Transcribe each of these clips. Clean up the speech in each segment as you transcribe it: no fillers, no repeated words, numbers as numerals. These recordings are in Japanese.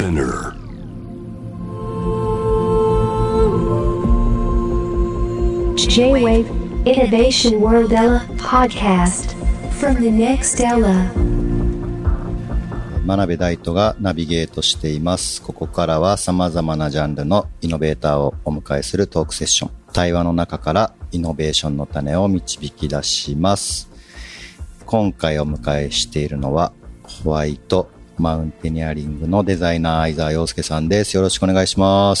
Spinner J-Wave Innovation World Ella Podcast from the next Ella。 真鍋大斗がナビゲートしています。ここからは様々なジャンルのイノベーターをお迎えするトークセッション。対話の中からイノベーションの種を導き出します。今回お迎えしているのはホワイトマウンテニアリングのデザイナー相沢陽介さんです。よろしくお願いします。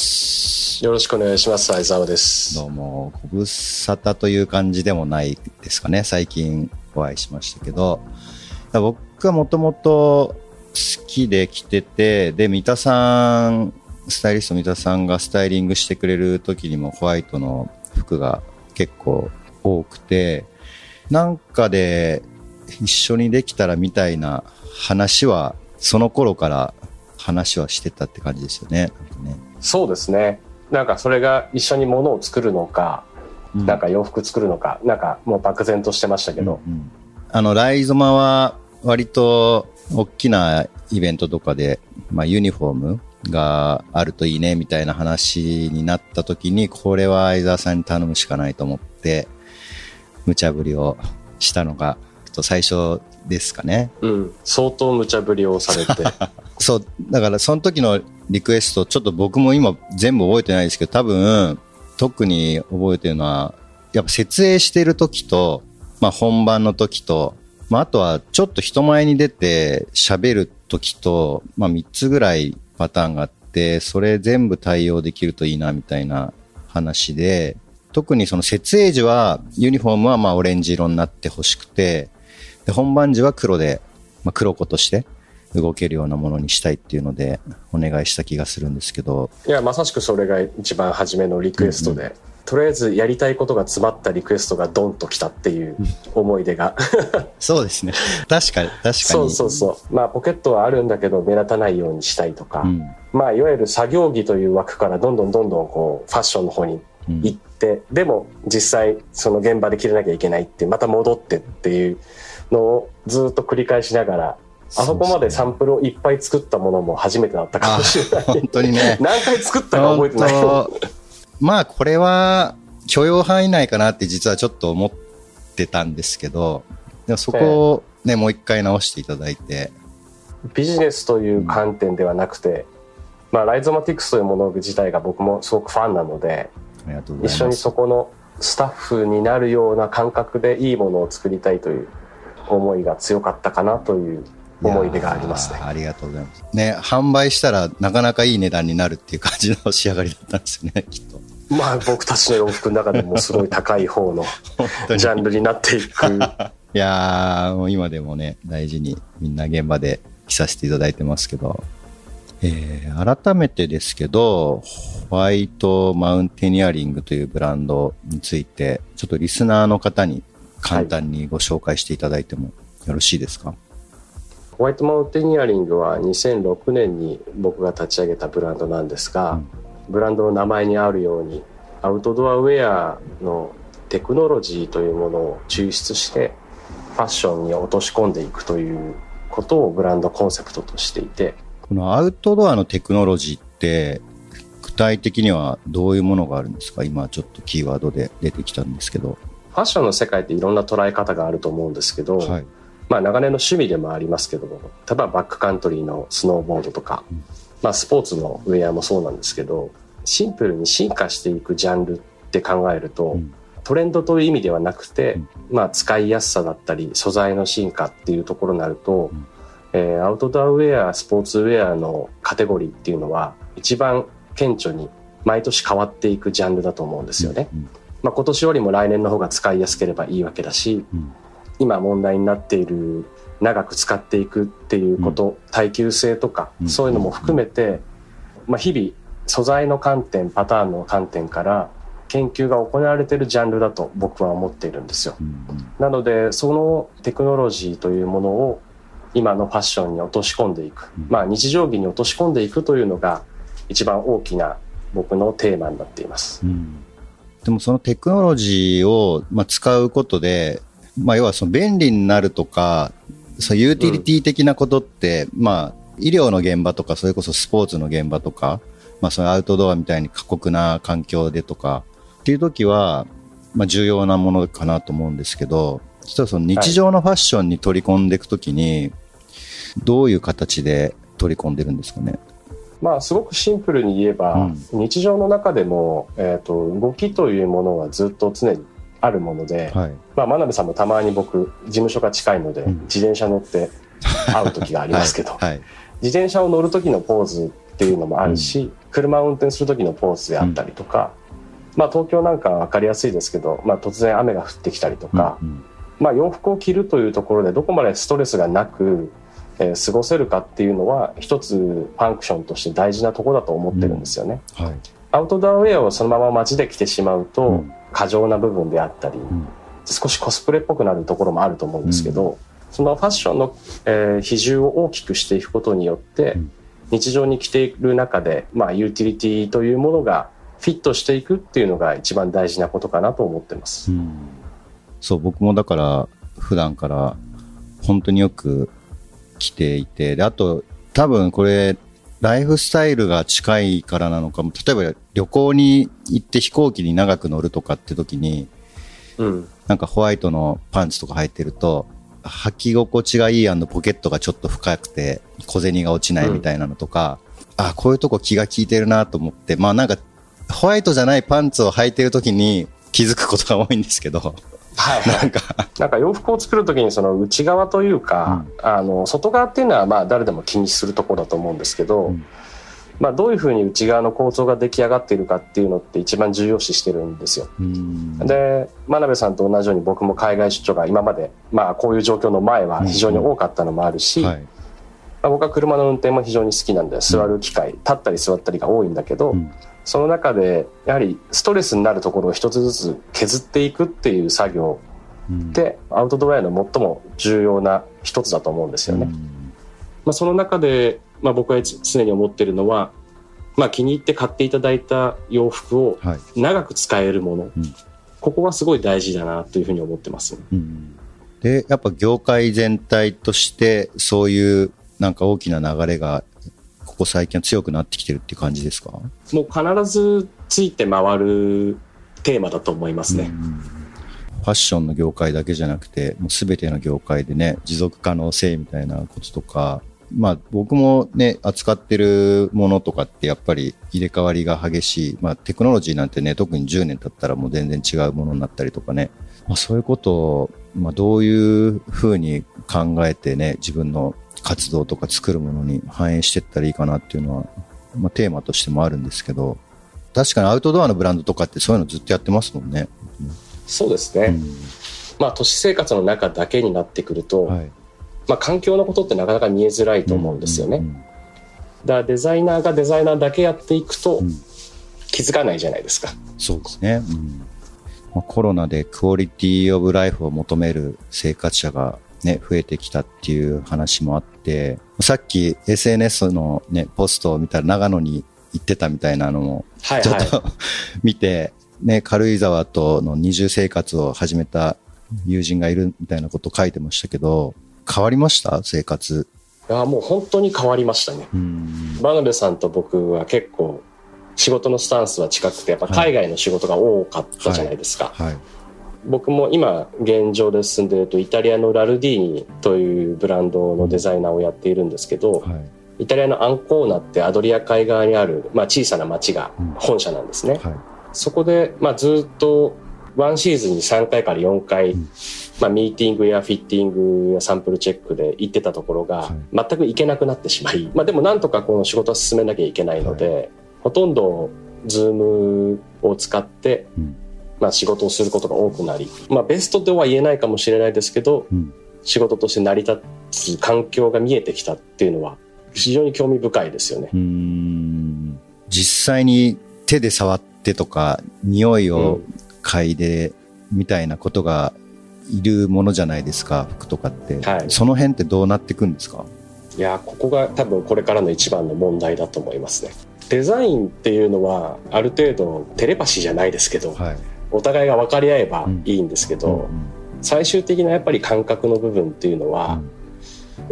よろしくお願いします。相沢です。 どうも、ご無沙汰という感じでもないですかね。最近お会いしましたけど、僕はもともと好きで着てて、で、三田さん、スタイリスト三田さんがスタイリングしてくれる時にもホワイトの服が結構多くて、なんかで一緒にできたらみたいな話は、その頃から話はしてたって感じですよね。 そうですね。なんかそれが一緒に物を作るのか、なんか洋服作るのか、なんかもう漠然としてましたけど。 ライゾマは割と大きなイベントとかで、ユニフォームがあるといいねみたいな話になった時に、これは相沢さんに頼むしかないと思って、無茶ぶりをしたのが最初ですかね。 相当無茶ぶりをされて。 そう、だからその時のリクエスト、ちょっと僕も今全部覚えてないですけど、多分、特に覚えてるのは、やっぱ設営してる時と、本番の時と、あとはちょっと人前に出て喋る時と、3つぐらいパターンがあって、それ全部対応できるといいなみたいな話で、特にその設営時はユニフォームはオレンジ色になってほしくて、で本番時は黒で、黒子として動けるようなものにしたいっていうのでお願いした気がするんですけど。 いや、まさしくそれが一番初めのリクエストで、とりあえずやりたいことが詰まったリクエストがドンときたっていう思い出がそうですね。確かに。 そう。ポケットはあるんだけど目立たないようにしたいとか、いわゆる作業着という枠からどんどんこうファッションの方に行って、でも実際その現場で着れなきゃいけないってまた戻ってっていうのをずっと繰り返しながら、あそこまでサンプルをいっぱい作ったものも初めてだったかもしれない。 本当にね。 何回作ったか覚えてないよ。 これは許容範囲内かなって実はちょっと思ってたんですけど、でもそこをね、もう一回直していただいて。 ビジネスという観点ではなくて、ライゾマティクスというもの自体が僕もすごくファンなので、一緒にそこのスタッフになるような感覚でいいものを作りたいという思いが強かったかなという思い出がありますね。 ありがとうございます。ね、販売したらなかなかいい値段になるっていう感じの仕上がりだったんですよね、きっと。 僕たちの洋服の中でもすごい高い方のジャンルになっていく。 いやー、もう今でもね、大事にみんな現場で着させていただいてますけど、改めてですけど、ホワイトマウンテニアリングというブランドについて、ちょっとリスナーの方に簡単にご紹介していただいてもよろしいですか？ ホワイトマウンテニアリングは2006年に僕が立ち上げたブランドなんですが、ブランドの名前にあるようにアウトドアウェアのテクノロジーというものを抽出してファッションに落とし込んでいくということをブランドコンセプトとしていて、 このアウトドアのテクノロジーって具体的にはどういうものがあるんですか？今ちょっとキーワードで出てきたんですけど。 ファッションの世界っていろんな捉え方があると思うんですけど、長年の趣味でもありますけども、例えばバックカントリーのスノーボードとか、スポーツのウェアもそうなんですけど、シンプルに進化していくジャンルって考えると、トレンドという意味ではなくて、使いやすさだったり素材の進化っていうところになると、アウトドアウェア、スポーツウェアのカテゴリーっていうのは一番顕著に毎年変わっていくジャンルだと思うんですよね。今年よりも来年の方が使いやすければいいわけだし、今問題になっている長く使っていくっていうこと、耐久性とか、そういうのも含めて、日々素材の観点、パターンの観点から研究が行われているジャンルだと僕は思っているんですよ。なのでそのテクノロジーというものを今のファッションに落とし込んでいく、日常着に落とし込んでいくというのが一番大きな僕のテーマになっています。 でもそのテクノロジーを使うことで、要はその便利になるとか、そのユーティリティ的なことって、 医療の現場とかそれこそスポーツの現場とか、そのアウトドアみたいに過酷な環境でとかっていう時は、重要なものかなと思うんですけど、実はその日常のファッションに取り込んでいくときに、どういう形で取り込んでるんですかね。 すごくシンプルに言えば、日常の中でも、動きというものはずっと常にあるもので、真鍋さんもたまに僕事務所が近いので、自転車乗って会う時がありますけど、自転車を乗る時のポーズっていうのもあるし、車を運転する時のポーズであったりとか、東京なんかは分かりやすいですけど、突然雨が降ってきたりとか、洋服を着るというところでどこまでストレスがなく過ごせるかっていうのは一つファンクションとして大事なところだと思ってるんですよね、アウトドアウェアをそのまま街で着てしまうと、過剰な部分であったり、少しコスプレっぽくなるところもあると思うんですけど、そのファッションの、比重を大きくしていくことによって、日常に着ている中で、ユーティリティというものがフィットしていくっていうのが一番大事なことかなと思ってます、 そう、僕もだから普段から本当によく着ていて、であと多分これライフスタイルが近いからなのかも。例えば旅行に行って飛行機に長く乗るとかって時に、なんかホワイトのパンツとか履いてると履き心地がいい&ポケットがちょっと深くて小銭が落ちないみたいなのとか、こういうとこ気が利いてるなと思って、なんかホワイトじゃないパンツを履いてる時に気づくことが多いんですけど、なんか洋服を作るときにその内側というか、外側っていうのは誰でも気にするところだと思うんですけど、どういうふうに内側の構造が出来上がっているかっていうのって一番重要視してるんですよ。で、真鍋さんと同じように僕も海外出張が今まで、こういう状況の前は非常に多かったのもあるし、僕は車の運転も非常に好きなんで座る機会、立ったり座ったりが多いんだけど、その中でやはりストレスになるところを一つずつ削っていくっていう作業で、アウトドアの最も重要な一つだと思うんですよね。その中で、僕は常に思っているのは、気に入って買っていただいた洋服を長く使えるもの、ここがすごい大事だなというふうに思ってます、 でやっぱ業界全体としてそういうなんか大きな流れがここ最近は強くなってきてるっていう感じですか？ もう必ずついて回るテーマだと思いますね。 ファッションの業界だけじゃなくて、もう全ての業界でね、持続可能性みたいなこととか、僕もね、扱ってるものとかってやっぱり入れ替わりが激しい。テクノロジーなんてね、特に10年経ったらもう全然違うものになったりとかね。そういうことを、どういうふうに考えてね、自分の活動とか作るものに反映していったらいいかなっていうのは、テーマとしてもあるんですけど、確かにアウトドアのブランドとかってそういうのずっとやってますもんね。 そうですね、都市生活の中だけになってくると、環境のことってなかなか見えづらいと思うんですよね、だからデザイナーがデザイナーだけやっていくと気づかないじゃないですか。 そうですね、コロナでクオリティオブライフを求める生活者がね、増えてきたっていう話もあって、さっき SNS のね、ポストを見たら長野に行ってたみたいなのもちょっと、見て、ね、軽井沢との二重生活を始めた友人がいるみたいなことを書いてましたけど、変わりました生活？ いや、もう本当に変わりましたね。真鍋さんと僕は結構仕事のスタンスは近くて、やっぱ海外の仕事が多かったじゃないですか。僕も今現状で進んでいるとイタリアのラルディーニというブランドのデザイナーをやっているんですけど、イタリアのアンコーナってアドリア海側にある、小さな町が本社なんですね、そこで、ずっと1シーズンに3回から4回、ミーティングやフィッティングやサンプルチェックで行ってたところが全く行けなくなってしまい、でもなんとかこの仕事は進めなきゃいけないので、ほとんどズームを使って、仕事をすることが多くなり、ベストとは言えないかもしれないですけど、仕事として成り立つ環境が見えてきたっていうのは非常に興味深いですよね。 実際に手で触ってとか匂いを嗅いでみたいなことがいるものじゃないですか、服とかって、その辺ってどうなっていくんですか？ いや、ここが多分これからの一番の問題だと思いますね。デザインっていうのはある程度テレパシーじゃないですけど、お互いが分かり合えばいいんですけど、最終的なやっぱり感覚の部分っていうのは、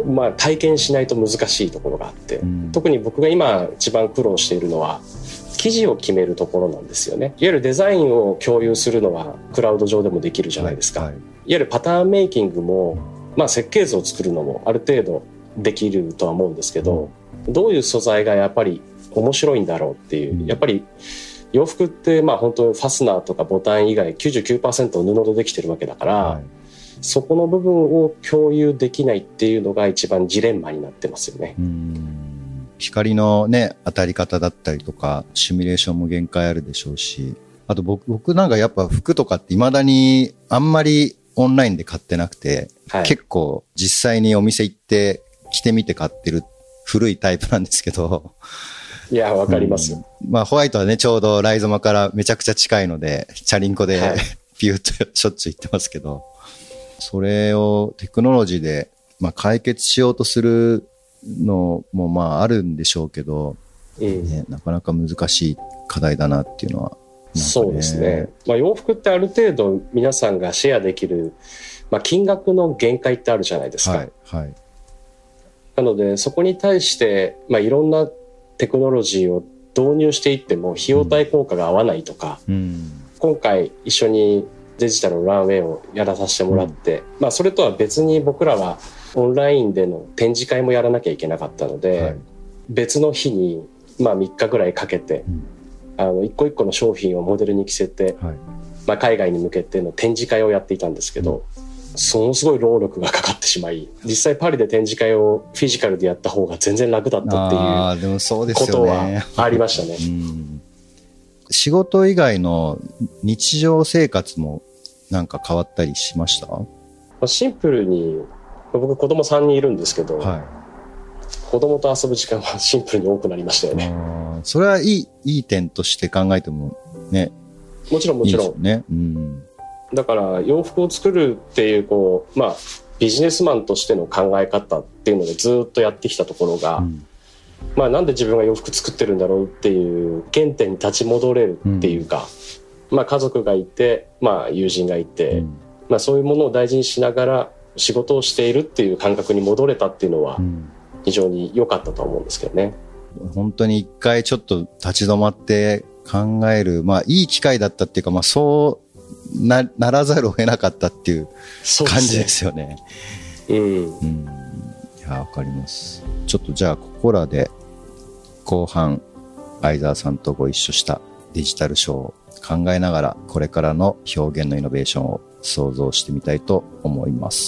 まあ、体験しないと難しいところがあって、特に僕が今一番苦労しているのは記事を決めるところなんですよね。いわゆるデザインを共有するのはクラウド上でもできるじゃないですか、いわゆるパターンメイキングも、まあ、設計図を作るのもある程度できるとは思うんですけど、どういう素材がやっぱり面白いんだろうっていう、やっぱり洋服ってまあ本当にファスナーとかボタン以外 99% 布でできてるわけだから、そこの部分を共有できないっていうのが一番ジレンマになってますよね。 光のね、当たり方だったりとか、シミュレーションも限界あるでしょうし、あと僕なんかやっぱ服とかって未だにあんまりオンラインで買ってなくて、結構実際にお店行って着てみて買ってる古いタイプなんですけど。 いや、わかります。 まあホワイトはね、ちょうどライゾマからめちゃくちゃ近いので、チャリンコで、ピューッとしょっちゅう行ってますけど、それをテクノロジーで、まあ、解決しようとするのもまああるんでしょうけど、ね、なかなか難しい課題だなっていうのは、 そうですね。まあ、洋服ってある程度皆さんがシェアできる、まあ、金額の限界ってあるじゃないですか。なのでそこに対して、まあ、いろんなテクノロジーを導入していっても費用対効果が合わないとか、今回一緒にデジタルのランウェイをやらさせてもらって、まあ、それとは別に僕らはオンラインでの展示会もやらなきゃいけなかったので、別の日にまあ3日ぐらいかけて、一個一個の商品をモデルに着せて、まあ、海外に向けての展示会をやっていたんですけど、そのすごい労力がかかってしまい、実際パリで展示会をフィジカルでやった方が全然楽だったっていうことはありましたね。 仕事以外の日常生活もなんか変わったりしました？ シンプルに僕子供3人いるんですけど、子供と遊ぶ時間はシンプルに多くなりましたよね。 それはいい点として考えてもね、 もちろんもちろんいいですよね。だから洋服を作るっていうまあビジネスマンとしての考え方っていうのでずっとやってきたところが、まあなんで自分が洋服作ってるんだろうっていう原点に立ち戻れるっていうか、まあ家族がいて、まあ友人がいて、まあそういうものを大事にしながら仕事をしているっていう感覚に戻れたっていうのは非常に良かったと思うんですけどね。 本当に一回ちょっと立ち止まって考える、まあいい機会だったっていうか、まあそうならざるを得なかったっていう感じですよね。いや、わかります。ちょっとじゃあここらで後半相沢さんとご一緒したデジタルショーを考えながらこれからの表現のイノベーションを想像してみたいと思います。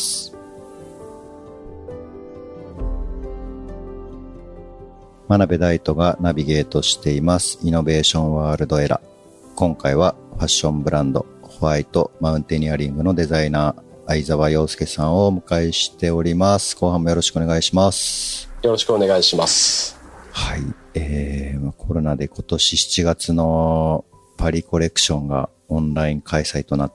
真鍋大斗がナビゲートしていますイノベーションワールドエラ。今回はファッションブランドホワイトマウンテニアリングのデザイナー相沢陽介さんをお迎えしております。後半もよろしくお願いします。 よろしくお願いします。 はい、コロナで今年7月のパリコレクションがオンライン開催となって、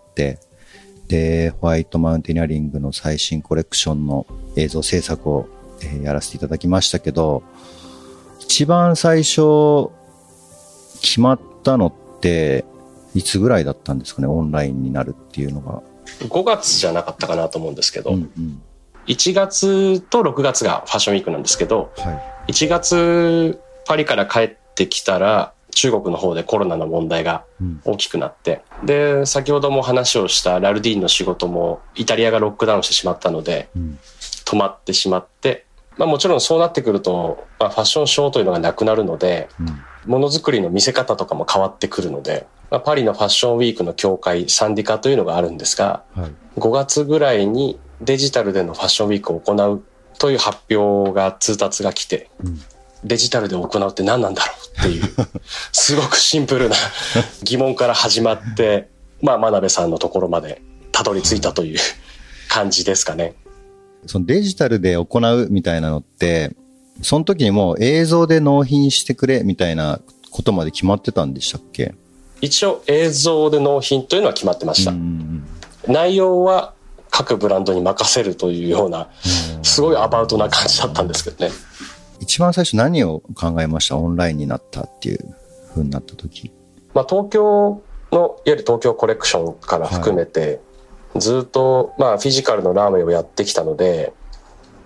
でホワイトマウンテニアリングの最新コレクションの映像制作を、やらせていただきましたけど、一番最初決まったのっていつぐらいだったんですかね、オンラインになるっていうのが。 5月じゃなかったかなと思うんですけど、1月と6月がファッションウィークなんですけど、1月パリから帰ってきたら中国の方でコロナの問題が大きくなって、で先ほども話をしたラルディーンの仕事もイタリアがロックダウンしてしまったので、止まってしまって、まあ、もちろんそうなってくると、まあ、ファッションショーというのがなくなるので、ものづくりの見せ方とかも変わってくるので、まあ、パリのファッションウィークの協会サンディカというのがあるんですが、5月ぐらいにデジタルでのファッションウィークを行うという発表が通達が来て、デジタルで行うって何なんだろうっていうすごくシンプルな疑問から始まって、まあ真鍋さんのところまでたどり着いたという感じですかね。 そのデジタルで行うみたいなのって、その時にもう映像で納品してくれみたいなことまで決まってたんでしたっけ？ 一応映像で納品というのは決まってました。内容は各ブランドに任せるというようなすごいアバウトな感じだったんですけどね。 一番最初何を考えました？オンラインになったっていう風になった時。 まあ、東京のいわゆる東京コレクションから含めて、ずっとまあフィジカルのランウェイをやってきたので、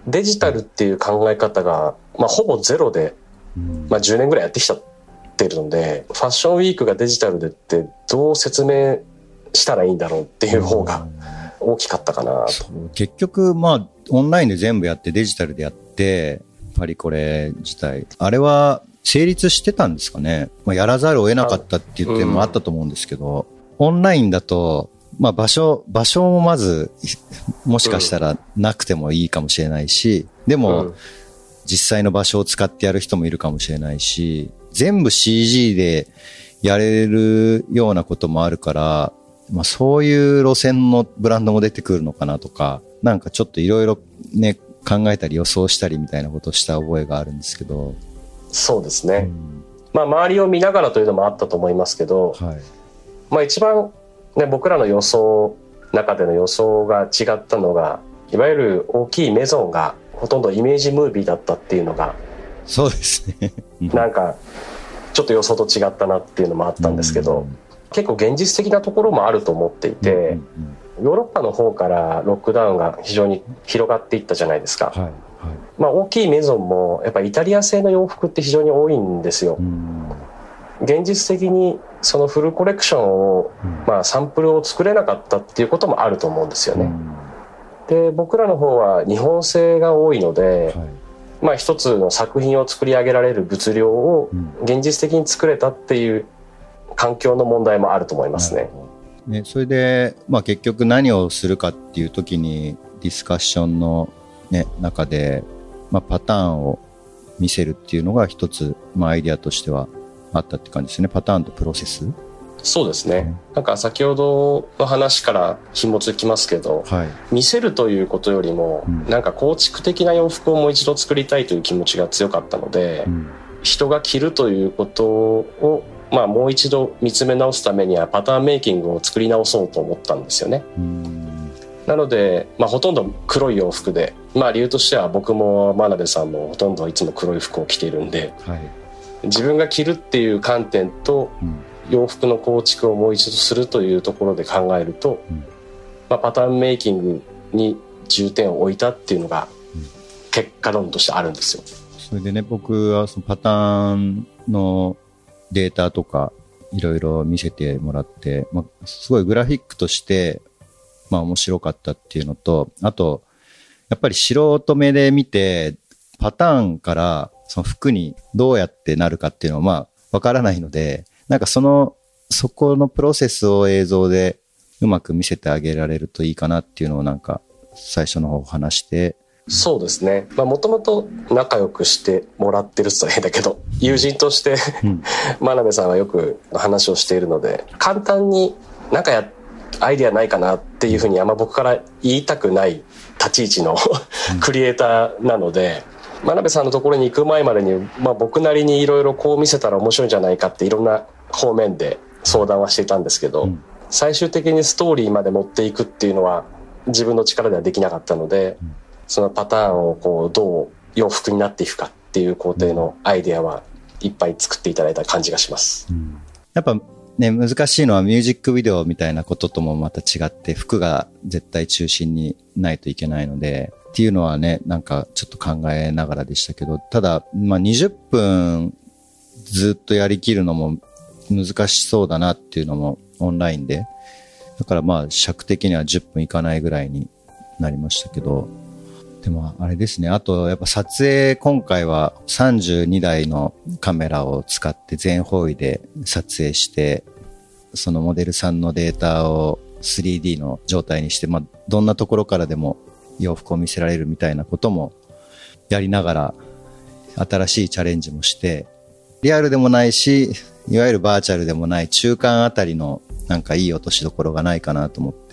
デジタルっていう考え方が、ほぼゼロで、10年ぐらいやってきちゃってるので、ファッションウィークがデジタルでってどう説明したらいいんだろうっていう方が大きかったかなと。 結局オンラインで全部やってデジタルでやってパリコレ自体あれは成立してたんですかね。やらざるを得なかったっていう点もあったと思うんですけど、オンラインだと場所もまずもしかしたらなくてもいいかもしれないし、でも実際の場所を使ってやる人もいるかもしれないし、全部 CG でやれるようなこともあるから、そういう路線のブランドも出てくるのかなとか、なんかちょっといろいろね考えたり予想したりみたいなことをした覚えがあるんですけど。 そうですね、周りを見ながらというのもあったと思いますけど、一番、僕らの中での予想が違ったのが、いわゆる大きいメゾンがほとんどイメージムービーだったっていうのが、そうですねなんかちょっと予想と違ったなっていうのもあったんですけど、結構現実的なところもあると思っていて、ヨーロッパの方からロックダウンが非常に広がっていったじゃないですか。大きいメゾンもやっぱりイタリア製の洋服って非常に多いんですよ。現実的にそのフルコレクションを、サンプルを作れなかったっていうこともあると思うんですよね。で、僕らの方は日本製が多いので、一つの作品を作り上げられる物量を現実的に作れたっていう環境の問題もあると思いますね。 それで、結局何をするかっていう時にディスカッションの、中で、パターンを見せるっていうのが一つ、アイデアとしてはあったって感じですね。パターンとプロセス。 そうですね、なんか先ほどの話から紐づきますけど、見せるということよりも、なんか構築的な洋服をもう一度作りたいという気持ちが強かったので、人が着るということをもう一度見つめ直すためにはパターンメイキングを作り直そうと思ったんですよね。なので、ほとんど黒い洋服で、理由としては僕も真鍋さんもほとんどいつも黒い服を着ているんで、自分が着るっていう観点と洋服の構築をもう一度するというところで考えると、パターンメイキングに重点を置いたっていうのが結果論としてあるんですよ。 それでね、僕はそのパターンのデータとかいろいろ見せてもらって、すごいグラフィックとして面白かったっていうのと、あとやっぱり素人目で見てパターンからその服にどうやってなるかっていうのはわからないので、なんかそこのプロセスを映像でうまく見せてあげられるといいかなっていうのをなんか最初の方話して。 そうですね、もともと仲良くしてもらってるって言ったら変だけど、友人として真鍋さんはよく話をしているので、簡単になんかアイデアないかなっていうふうに僕から言いたくない立ち位置のクリエイターなので、真鍋さんのところに行く前までに、僕なりにいろいろこう見せたら面白いんじゃないかっていろんな方面で相談はしていたんですけど、最終的にストーリーまで持っていくっていうのは自分の力ではできなかったので、そのパターンをどう洋服になっていくかっていう工程のアイデアはいっぱい作っていただいた感じがします。 やっぱね、難しいのはミュージックビデオみたいなことともまた違って、服が絶対中心にないといけないのでっていうのはね、なんかちょっと考えながらでしたけど、ただ20分ずっとやりきるのも難しそうだなっていうのもオンラインで、だから尺的には10分いかないぐらいになりましたけど、でもあれですね、あとやっぱ撮影、今回は32台のカメラを使って全方位で撮影して、そのモデルさんのデータを 3D の状態にして、どんなところからでも洋服を見せられるみたいなこともやりながら、新しいチャレンジもして、リアルでもないし、いわゆるバーチャルでもない中間あたりのなんかいい落としどころがないかなと思って。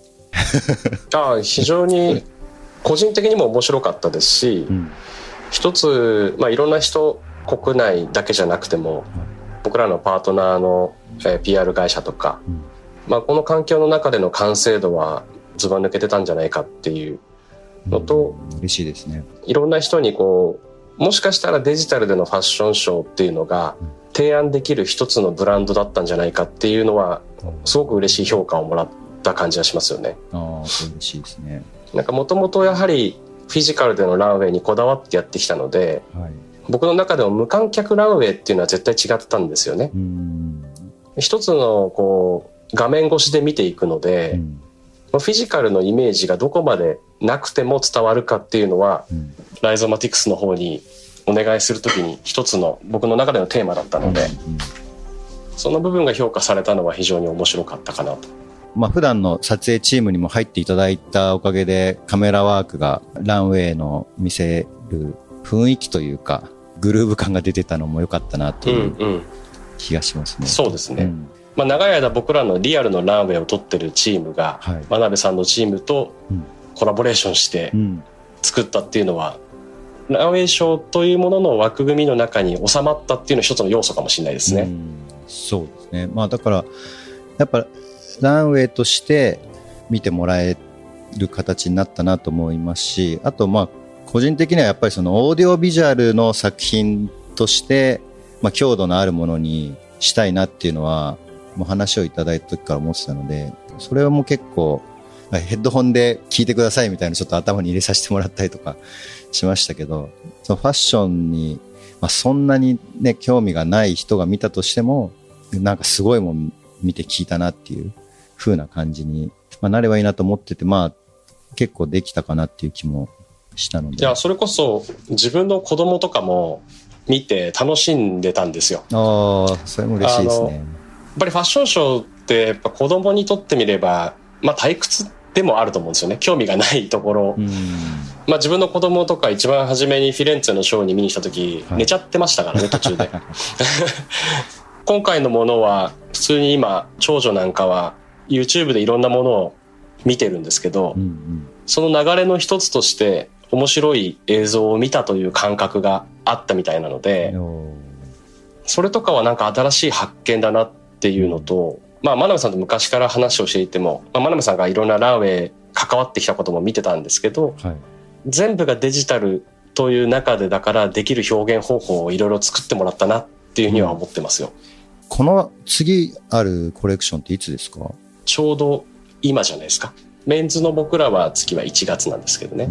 非常に個人的にも面白かったですし、一つ、いろんな人、国内だけじゃなくても、僕らのパートナーの、PR 会社とか、この環境の中での完成度はずば抜けてたんじゃないかっていうのと、 嬉しいですね。 いろんな人にもしかしたらデジタルでのファッションショーっていうのが提案できる一つのブランドだったんじゃないかっていうのは、すごく嬉しい評価をもらった感じがしますよね。 そう嬉しいですね。 なんかもともとやはりフィジカルでのランウェイにこだわってやってきたので、はい、僕の中でも無観客ランウェイっていうのは絶対違ってたんですよね。一つのこう画面越しで見ていくので、フィジカルのイメージがどこまでなくても伝わるかっていうのは、ライゾマティクスの方にお願いするときに一つの僕の中でのテーマだったので、その部分が評価されたのは非常に面白かったかなと。 普段の撮影チームにも入っていただいたおかげでカメラワークがランウェイの見せる雰囲気というかグルーヴ感が出てたのも良かったなという気がしますね。 そうですね、長い間僕らのリアルのランウェイを撮ってるチームが、真鍋さんのチームとコラボレーションして作ったっていうのは、ランウェイショーというものの枠組みの中に収まったっていうのは一つの要素かもしれないですね。 そうですね。だからやっぱランウェイとして見てもらえる形になったなと思いますし、あと個人的にはやっぱりそのオーディオビジュアルの作品として強度のあるものにしたいなっていうのはもう話をいただいた時から思ってたので、それはもう結構ヘッドホンで聞いてくださいみたいなちょっと頭に入れさせてもらったりとかしましたけど、そのファッションにそんなにね興味がない人が見たとしてもなんかすごいもん見て聞いたなっていう風な感じに、なればいいなと思ってて、結構できたかなっていう気もしたので。 いや、それこそ自分の子供とかも見て楽しんでたんですよ。 それも嬉しいですね。 やっぱりファッションショーってやっぱ子供にとってみれば、退屈でもあると思うんですよね。興味がないところ。自分の子供とか一番初めにフィレンツェのショーに見に来た時、寝ちゃってましたからね、途中で。今回のものは普通に今長女なんかは YouTube でいろんなものを見てるんですけど、その流れの一つとして面白い映像を見たという感覚があったみたいなので、それとかはなんか新しい発見だなっていうのと、真鍋さんと昔から話をしていても、真鍋さんがいろんなランウェイ関わってきたことも見てたんですけど、全部がデジタルという中でだからできる表現方法をいろいろ作ってもらったなっていうふうには思ってますよ。 この次あるコレクションっていつですか？ ちょうど今じゃないですか。メンズの僕らは次は1月なんですけどね。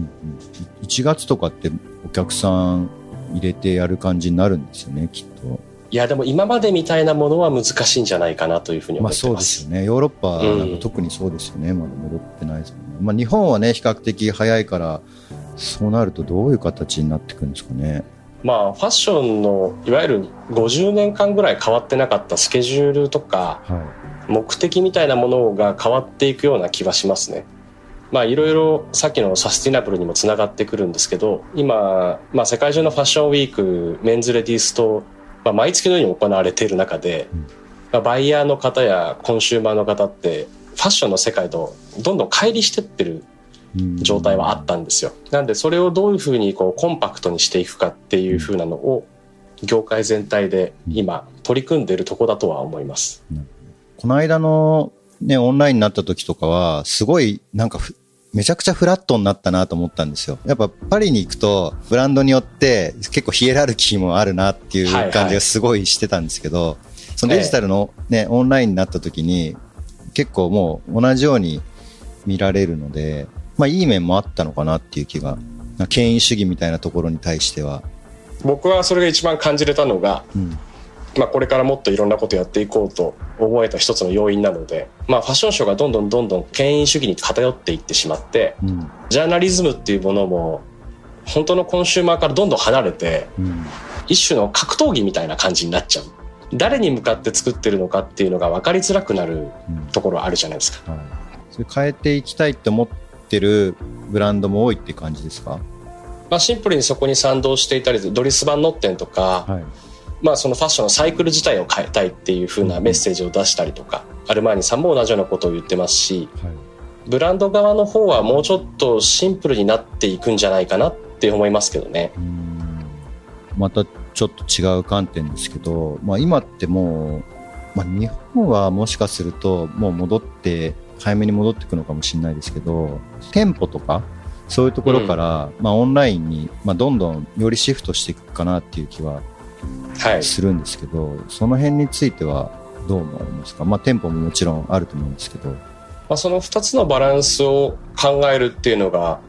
1月とかってお客さん入れてやる感じになるんですよね、きっと。 いやでも今までみたいなものは難しいんじゃないかなというふうに思ってます。 そうですよね。ヨーロッパなんか特にそうですよね。まだ戻ってないですもんね。日本はね比較的早いから、そうなるとどういう形になってくるんですかね。 ファッションのいわゆる50年間ぐらい変わってなかったスケジュールとか、目的みたいなものが変わっていくような気はしますね。いろいろさっきのサスティナブルにもつながってくるんですけど、今、世界中のファッションウィーク、メンズレディースと、毎月のように行われている中で、バイヤーの方やコンシューマーの方ってファッションの世界とどんどん乖離してってる状態はあったんですよ。なんでそれをどういうふうにコンパクトにしていくかっていうふうなのを業界全体で今取り組んでいるところだとは思います。 この間のねオンラインになった時とかはすごいなんかめちゃくちゃフラットになったなと思ったんですよ。やっぱパリに行くとブランドによって結構ヒエラルキーもあるなっていう感じがすごいしてたんですけど、そのデジタルのねオンラインになった時に結構もう同じように見られるので、いい面もあったのかなっていう気が、権威主義みたいなところに対しては。 僕はそれが一番感じれたのが、これからもっといろんなことやっていこうと思えた一つの要因なので、ファッションショーがどんどん権威主義に偏っていってしまって、ジャーナリズムっていうものも本当のコンシューマーからどんどん離れて、一種の格闘技みたいな感じになっちゃう。誰に向かって作ってるのかっていうのが分かりづらくなるところあるじゃないですか。 それ変えていきたいって思ってるブランドも多いって感じですか？ シンプルにそこに賛同していたり、ドリス・バン・ノッテンとか、そのファッションのサイクル自体を変えたいっていう風なメッセージを出したりとか、アルマーニさんも同じようなことを言ってますし、ブランド側の方はもうちょっとシンプルになっていくんじゃないかなって思いますけどね。 またちょっと違う観点ですけど、今ってもう、日本はもしかするともう早めに戻っていくのかもしれないですけど、店舗とかそういうところから、オンラインに、どんどんよりシフトしていくかなっていう気はするんですけど、その辺についてはどう思われますか？店舗ももちろんあると思うんですけど、 その2つのバランスを考えるっていうのが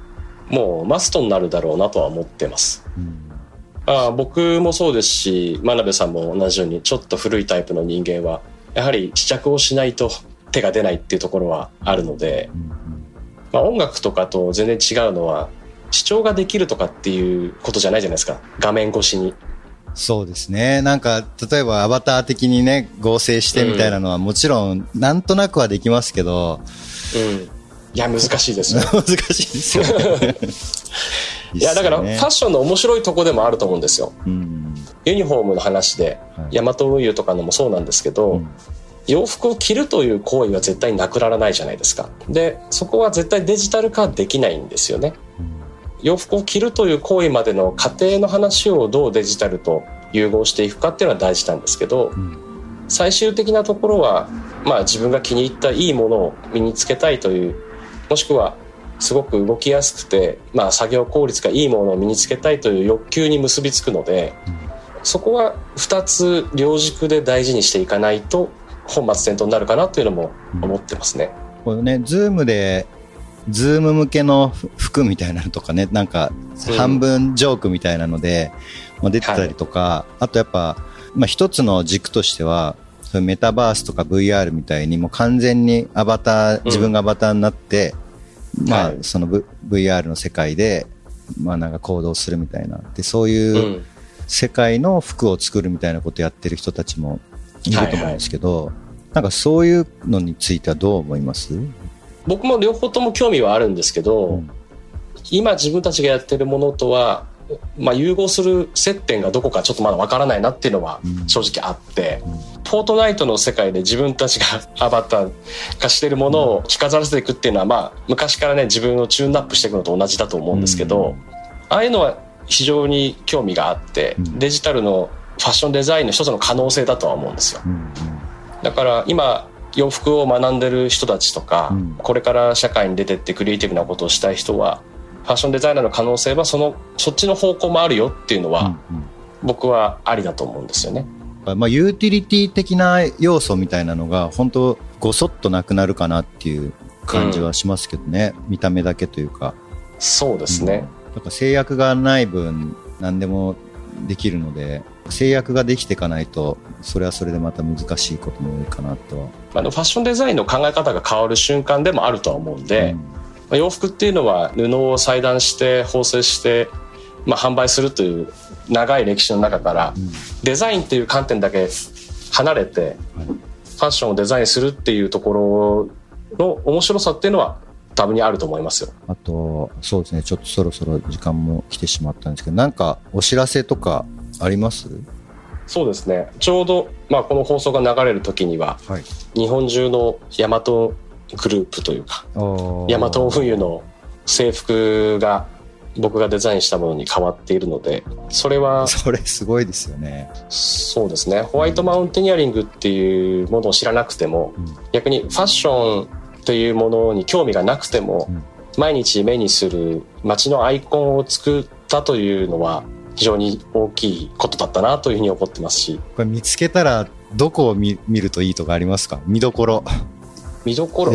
もうマストになるだろうなとは思ってます。僕もそうですし、真鍋さんも同じようにちょっと古いタイプの人間はやはり試着をしないと手が出ないっていうところはあるので、音楽とかと全然違うのは視聴ができるとかっていうことじゃないじゃないですか、画面越しに。 そうですね。なんか例えばアバター的にね合成してみたいなのはもちろんなんとなくはできますけど、 いや難しいですよ難しいですよねいやだからファッションの面白いとこでもあると思うんですよ。ユニフォームの話で、ヤマト運輸とかのもそうなんですけど、洋服を着るという行為は絶対なくならないじゃないですか。でそこは絶対デジタル化できないんですよね。洋服を着るという行為までの過程の話をどうデジタルと融合していくかっていうのは大事なんですけど、最終的なところは、自分が気に入ったいいものを身につけたいという、もしくはすごく動きやすくて、作業効率がいいものを身につけたいという欲求に結びつくので、そこは2つ両軸で大事にしていかないと本末転倒になるかなというのも思ってますね。 これね、ズーム向けの服みたいなのとかね、なんか半分ジョークみたいなので、出てたりとか、あとやっぱ、一つの軸としてはメタバースとか VR みたいにもう完全に自分がアバターになって、その、VR の世界でなんか行動するみたいなで、そういう世界の服を作るみたいなことやってる人たちもいると思うんですけど、なんかそういうのについてはどう思います？ 僕も両方とも興味はあるんですけど、今自分たちがやってるものとは、融合する接点がどこかちょっとまだわからないなっていうのは正直あって、フォートナイトの世界で自分たちがアバター化してるものを着飾らせていくっていうのは、昔からね自分をチューンアップしていくのと同じだと思うんですけど、ああいうのは非常に興味があって、デジタルのファッションデザインの一つの可能性だとは思うんですよ。だから今洋服を学んでる人たちとか、これから社会に出てってクリエイティブなことをしたい人は、ファッションデザイナーの可能性はそっちの方向もあるよっていうのは、僕はありだと思うんですよね。 ユーティリティ的な要素みたいなのが本当ごそっとなくなるかなっていう感じはしますけどね、見た目だけというか。 そうですね、 だから制約がない分何でもできるので、制約ができていかないとそれはそれでまた難しいことも多いかなとは。 ファッションデザインの考え方が変わる瞬間でもあるとは思うんで、洋服っていうのは布を裁断して縫製して、販売するという長い歴史の中から、デザインっていう観点だけ離れて、ファッションをデザインするっていうところの面白さっていうのは多分にあると思いますよ。 あとそうですね、ちょっとそろそろ時間も来てしまったんですけど、なんかお知らせとかあります？ そうですね、ちょうど、この放送が流れる時には、日本中のヤマトグループというか、ヤマト運輸の制服が僕がデザインしたものに変わっているので、それすごいですよね。 そうですね、ホワイトマウンテニアリングっていうものを知らなくても、逆にファッションっていうものに興味がなくても、毎日目にする街のアイコンを作ったというのは非常に大きいことだったなというふうに思ってますし。 これ見つけたらどこを 見るといいとかありますか？見どころヤ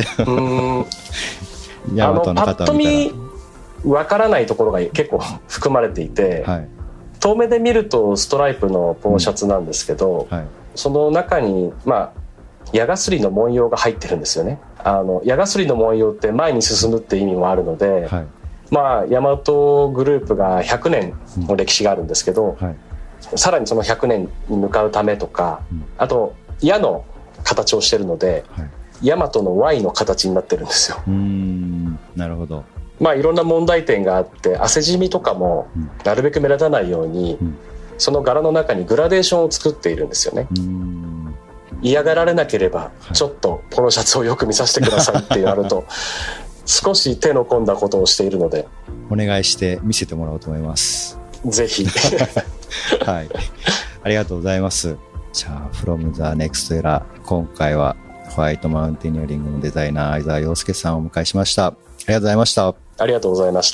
マトの方を見たらパッと見わからないところが結構含まれていて、遠目で見るとストライプのポロシャツなんですけど、その中に矢がすりの文様が入ってるんですよね。矢がすりの文様って前に進むって意味もあるので、ヤマトグループが100年の歴史があるんですけど、さらにその100年に向かうためとか、あと矢の形をしてるので、ヤマトの Y の形になってるんですよ。 なるほど。 いろんな問題点があって、汗じみとかもなるべく目立たないように、その柄の中にグラデーションを作っているんですよね。嫌がられなければちょっとポロシャツをよく見させてくださいって言われると少し手の込んだことをしているので、 お願いして見せてもらおうと思います。 ぜひはい、ありがとうございます。じゃあ From the Next Era、 今回はホワイトマウンテニアリングのデザイナー相沢陽介さんをお迎えしました。ありがとうございました。 ありがとうございました。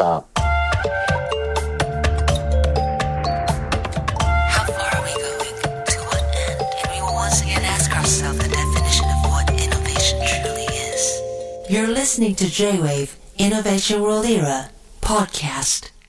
You're listening to J-Wave Innovation World Era Podcast.